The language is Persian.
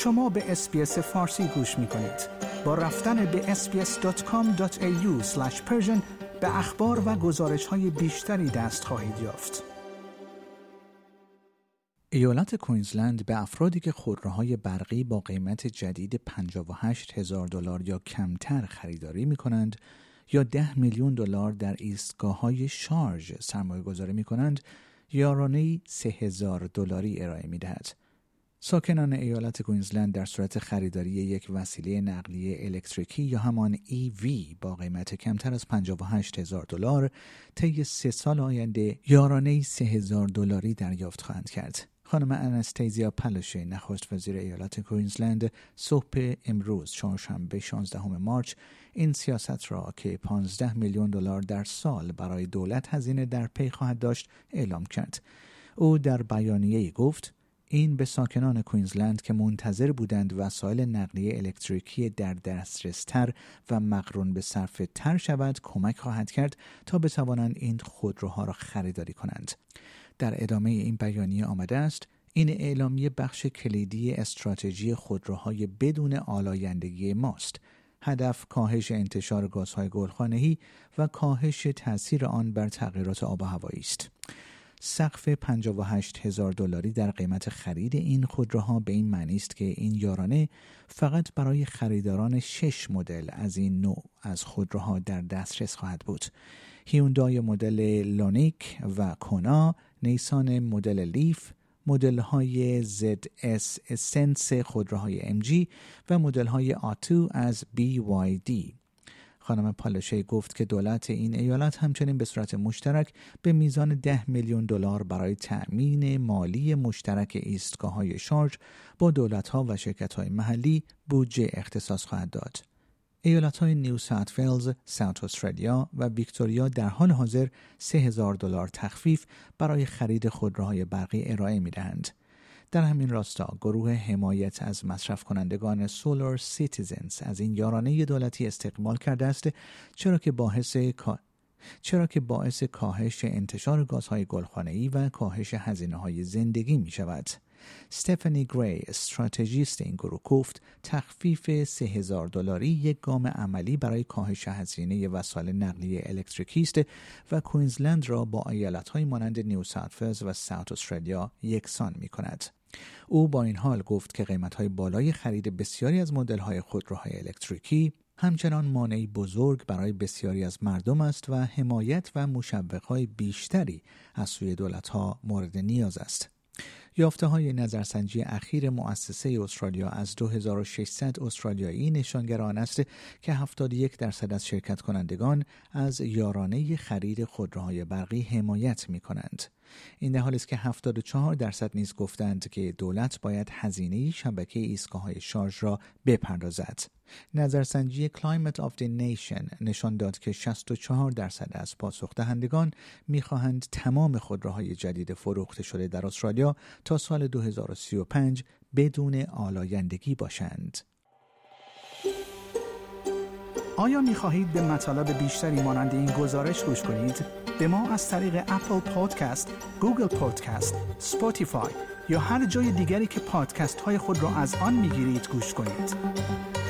شما به SBS فارسی گوش می‌کنید. با رفتن به sbs.com.au/persian به اخبار و گزارش‌های بیشتری دست خواهید یافت. ایالت کوینزلند به افرادی که خودروهای برقی با قیمت جدید $58,000 یا کمتر خریداری می‌کنند یا $10 میلیون در ایستگاه‌های شارژ سرمایه‌گذاری می‌کنند، یارانه‌ای $3,000 ارائه می‌دهد. ساکنان ایالت کوینزلند در صورت خریداری یک وسیله نقلیه الکتریکی یا همان EV با قیمت کمتر از $58,000 طی 3 سال آینده یارانه‌ای $3,000 دریافت خواهند کرد. خانم انستیزیا پلوشی، نخست وزیر ایالت کوینزلند، صبح امروز چهارشنبه 16 مارچ این سیاست را که $15 میلیون در سال برای دولت هزینه در پی خواهد داشت اعلام کرد. او در بیانیه‌ای گفت: این به ساکنان کوینزلند که منتظر بودند وسایل نقلیه الکتریکی در دسترس‌تر و مقرون به صرفه تر شود کمک خواهد کرد تا بتوانند این خودروها را خریداری کنند. در ادامه این بیانیه آمده است: این اعلامیه بخش کلیدی استراتژی خودروهای بدون آلایندگی ماست. هدف کاهش انتشار گازهای گلخانه‌ای و کاهش تأثیر آن بر تغییرات آب و هوایی است. سقف $58,000 در قیمت خرید این خودروها به این معنی است که این یارانه فقط برای خریداران 6 مدل از این نوع از خودروها در دسترس خواهد بود: هیوندای مدل لونیک و کونا، نیسان مدل لیف، مدل‌های ZS اسنس خودروهای MG و مدل‌های آتو از BYD. خانم پالشه گفت که دولت این ایالت همچنین به صورت مشترک به میزان $10 میلیون برای تأمین مالی مشترک ایستگاه‌های شارژ با دولت‌ها و شرکت‌های محلی بودجه اختصاص خواهد داد. ایالت‌های نیو ساوت ولز، ساوت استرالیا و ویکتوریا در حال حاضر $3,000 تخفیف برای خرید خودروهای برقی ارائه می‌دهند. در همین راستا گروه حمایت از مصرف کنندگان سولار سیتیزنز از این یارانه دولتی استقبال کرده است، چرا که باعث کاهش انتشار گازهای گلخانه‌ای و کاهش هزینه‌های زندگی می شود. استفانی گری، استراتژیست این گروه، گفت تخفیف $3,000 یک گام عملی برای کاهش هزینه وسایل نقلیه الکتریکی است و کوینزلند را با ایالت‌های مانند نیو ساوت ولز و ساوت استرالیا یکسان می‌کند. او با این حال گفت که قیمت‌های بالای خرید بسیاری از مدل‌های خودروهای الکتریکی همچنان مانعی بزرگ برای بسیاری از مردم است و حمایت و مشوق‌های بیشتری از سوی دولت‌ها مورد نیاز است. یافته‌های نظرسنجی اخیر مؤسسه استرالیا از 2600 استرالیایی نشانگر آن است که 71% از شرکت کنندگان از یارانه خرید خودروهای برقی حمایت می‌کنند. این در حالی است که 74% نیز گفتند که دولت باید هزینه شبکه ایستگاه‌های شارژ را بپردازد. نظرسنجی Climate of the Nation نشان داد که 64% از پاسخ دهندگان می‌خواهند تمام خودروهای جدید فروخته شده در استرالیا تا سال 2035 بدون آلایندگی باشند. آیا می‌خواهید به مطالب بیشتری مانند این گزارش گوش کنید؟ به ما از طریق اپل پادکست، گوگل پادکست، اسپاتیفای یا هر جای دیگری که پادکست‌های خود را از آن می‌گیرید گوش کنید.